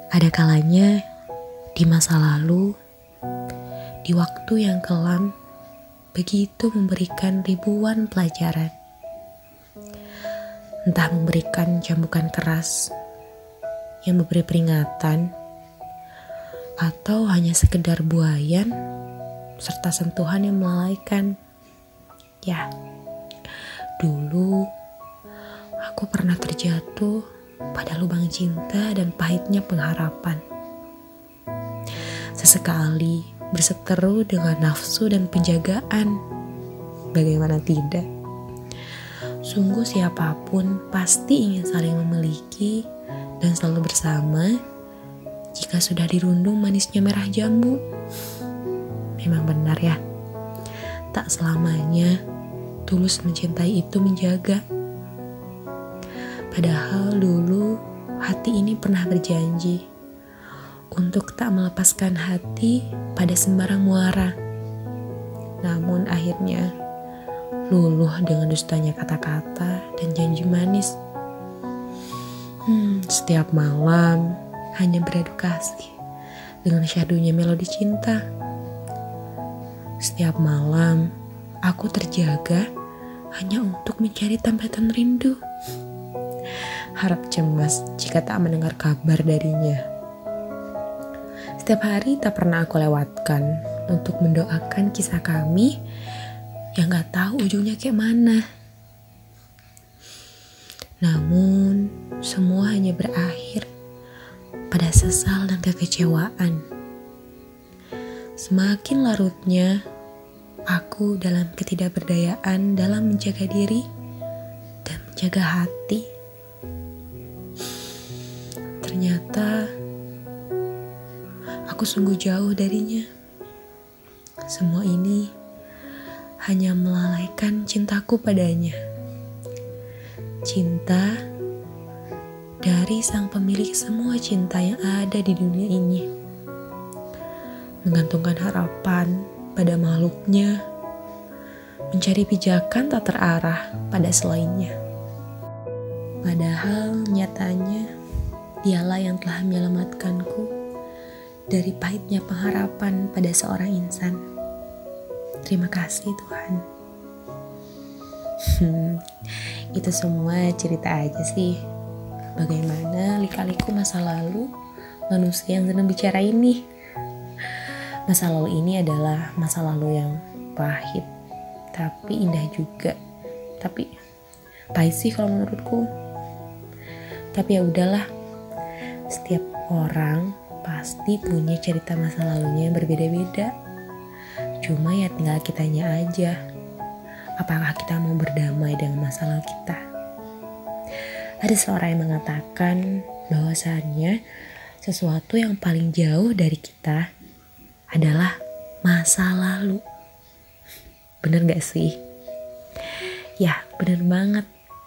Ada kalanya di masa lalu, di waktu yang kelam, begitu memberikan ribuan pelajaran. Entah memberikan cambukan keras yang memberi peringatan, atau hanya sekedar buayan serta sentuhan yang melalaikan. Ya, dulu aku pernah terjatuh pada lubang cinta dan pahitnya pengharapan. Sesekali berseteru dengan nafsu dan penjagaan. Bagaimana tidak? Sungguh siapapun pasti ingin saling memiliki dan selalu bersama jika sudah dirundung manisnya merah jambu. Memang benar ya, tak selamanya tulus mencintai itu menjaga. Padahal dulu hati ini pernah berjanji untuk tak melepaskan hati pada sembarang muara. Namun akhirnya luluh dengan dustanya kata-kata dan janji manis. Setiap malam hanya beradu kasih dengan syahdunya melodi cinta. Setiap malam aku terjaga hanya untuk mencari tambatan rindu. Harap cemas jika tak mendengar kabar darinya. Setiap hari tak pernah aku lewatkan untuk mendoakan kisah kami yang gak tahu ujungnya kayak mana. Namun semua hanya berakhir pada sesal dan kekecewaan. Semakin larutnya aku dalam ketidakberdayaan dalam menjaga diri dan menjaga hati. Ternyata aku sungguh jauh darinya. Semua ini hanya melalaikan cintaku padanya. Cinta dari sang pemilik semua cinta yang ada di dunia ini. Menggantungkan harapan pada makhluknya, mencari pijakan tak terarah pada selainnya. Padahal nyatanya dialah yang telah menyelamatkanku dari pahitnya pengharapan pada seorang insan. Terima kasih Tuhan. Itu semua cerita aja sih. Bagaimana lika-liku masa lalu manusia yang sedang bicara ini. Masa lalu ini adalah masa lalu yang pahit, tapi indah juga. Tapi pahit sih kalau menurutku. Tapi ya udahlah. Setiap orang pasti punya cerita masa lalunya yang berbeda-beda. Cuma ya tinggal kitanya aja. Apakah kita mau berdamai dengan masalah kita? Ada seorang yang mengatakan bahwasannya sesuatu yang paling jauh dari kita adalah masa lalu. Bener gak sih? Ya, bener banget.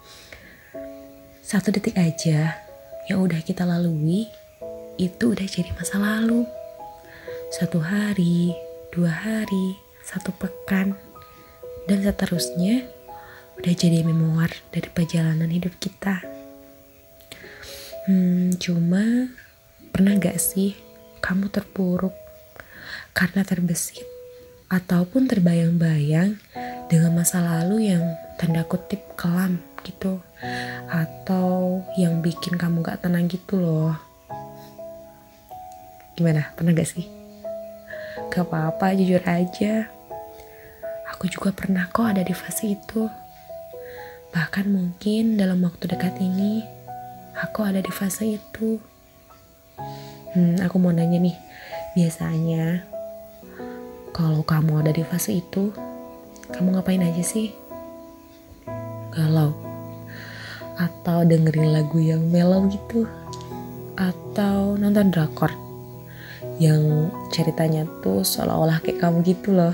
1 detik aja yang udah kita lalui itu udah jadi masa lalu. 1 hari, 2 hari, 1 pekan, dan seterusnya udah jadi memoir dari perjalanan hidup kita. Cuma pernah gak sih kamu terpuruk karena terbesit ataupun terbayang-bayang dengan masa lalu yang tanda kutip kelam gitu, atau yang bikin kamu gak tenang gitu loh. Gimana, pernah gak sih? Gak apa-apa, jujur aja. Aku juga pernah kok ada di fase itu. Bahkan mungkin dalam waktu dekat ini aku ada di fase itu. Aku mau nanya nih, biasanya kalau kamu ada di fase itu, kamu ngapain aja sih? Galau? Atau dengerin lagu yang mellow gitu? Atau nonton drakor yang ceritanya tuh seolah-olah kayak kamu gitu loh?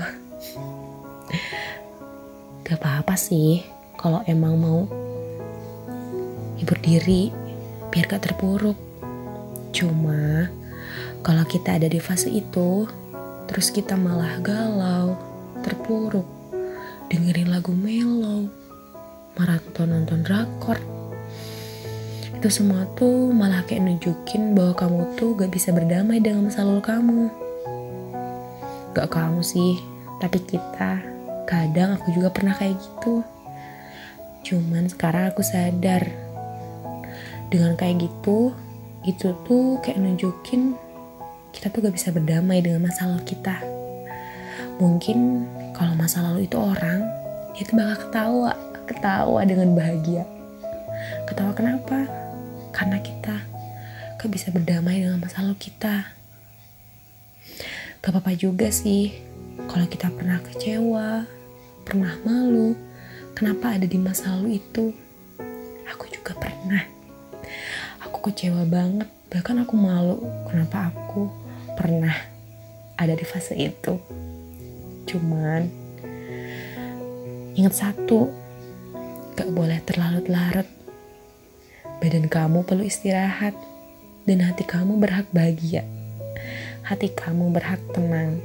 Gak apa-apa sih kalau emang mau hibur diri biar gak terpuruk. Cuma kalau kita ada di fase itu terus kita malah galau, terpuruk, dengerin lagu mellow, maraton nonton drakor, Itu semua tuh malah kayak nunjukin bahwa kamu tuh gak bisa berdamai dengan masa lalu kamu. Gak kamu sih, tapi kita. Kadang aku juga pernah kayak gitu. Cuman sekarang aku sadar, dengan kayak gitu, itu tuh kayak nunjukin kita tuh gak bisa berdamai dengan masa lalu kita. Mungkin kalau masa lalu itu orang, dia tuh bakal ketawa dengan bahagia. Ketawa kenapa? Karena kita gak bisa berdamai dengan masa lalu kita. Gak apa-apa juga sih kalau kita pernah kecewa, pernah malu, kenapa ada di masa lalu itu. Aku juga pernah. Aku kecewa banget, bahkan aku malu kenapa aku pernah ada di fase itu. Cuman ingat satu, gak boleh terlarut-larut. Badan kamu perlu istirahat, dan hati kamu berhak bahagia. Hati kamu berhak tenang.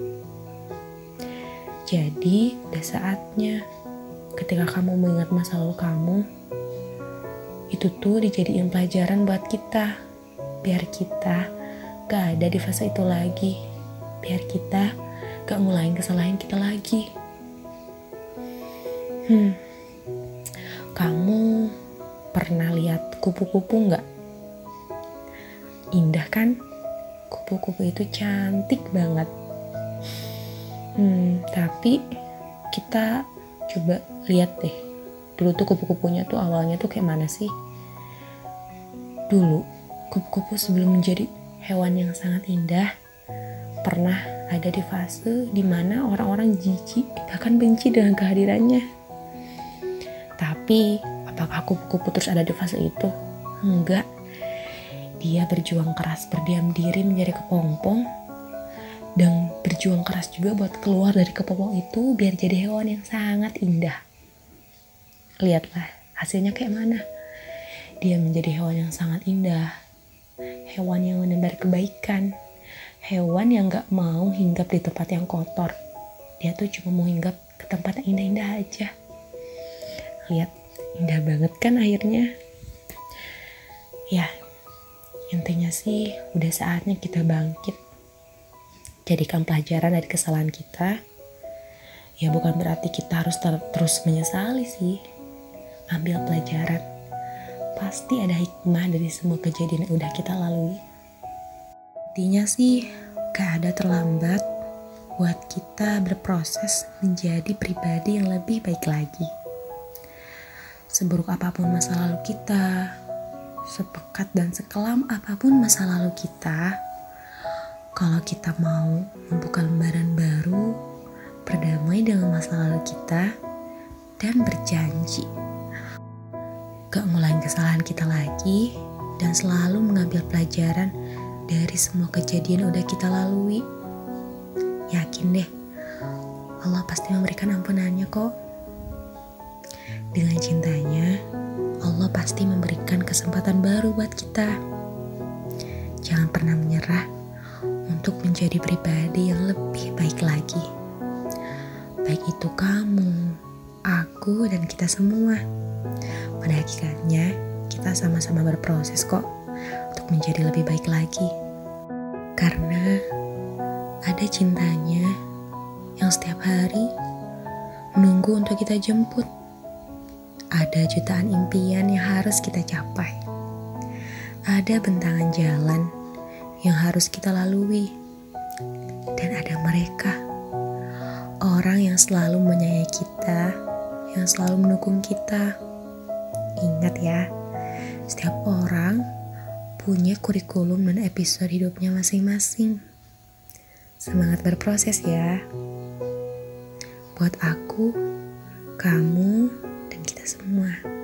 Jadi udah saatnya ketika kamu mengingat masa lalu kamu, itu tuh dijadiin pelajaran buat kita, biar kita gak ada di fase itu lagi, biar kita gak ngulangin kesalahan kita lagi. Kamu pernah lihat kupu-kupu gak? Indah kan? Kupu-kupu itu cantik banget. Tapi kita coba lihat deh, dulu tuh kupu-kupunya tuh awalnya tuh kayak mana sih? Dulu kupu-kupu sebelum menjadi hewan yang sangat indah, pernah ada di fase dimana orang-orang jijik, bahkan benci dengan kehadirannya. Tapi apakah kupu-kupu terus ada di fase itu? Enggak. Dia berjuang keras berdiam diri menjadi kepompong, dan berjuang keras juga buat keluar dari kepompong itu biar jadi hewan yang sangat indah. Lihatlah hasilnya kayak mana. Dia menjadi hewan yang sangat indah, hewan yang menebar kebaikan, hewan yang gak mau hinggap di tempat yang kotor. Dia tuh cuma mau hinggap ke tempat yang indah-indah aja. Lihat, indah banget kan akhirnya. Ya, intinya sih udah saatnya kita bangkit. Jadikan pelajaran dari kesalahan kita. Ya bukan berarti kita harus terus menyesali sih. Ambil pelajaran. Pasti ada hikmah dari semua kejadian yang udah kita lalui. Intinya sih gak ada terlambat buat kita berproses menjadi pribadi yang lebih baik lagi. Seburuk apapun masa lalu kita, sepekat dan sekelam apapun masa lalu kita, kalau kita mau membuka lembaran baru, berdamai dengan masa lalu kita, dan berjanji gak ngulangin kesalahan kita lagi, dan selalu mengambil pelajaran dari semua kejadian yang udah kita lalui. Yakin deh, Allah pasti memberikan ampunannya kok. Dengan cintanya, Allah pasti memberikan kesempatan baru buat kita. Jangan pernah menyerah untuk menjadi pribadi yang lebih baik lagi. Baik itu kamu, aku, dan kita semua. Pada hakikatnya, kita sama-sama berproses kok untuk menjadi lebih baik lagi. Karena ada cintanya yang setiap hari menunggu untuk kita jemput. Ada jutaan impian yang harus kita capai. Ada bentangan jalan yang harus kita lalui. Dan ada mereka, orang yang selalu menyayangi kita, yang selalu mendukung kita. Ingat ya, setiap orang punya kurikulum dan episode hidupnya masing-masing. Semangat berproses ya. Buat aku, kamu, dan kita semua.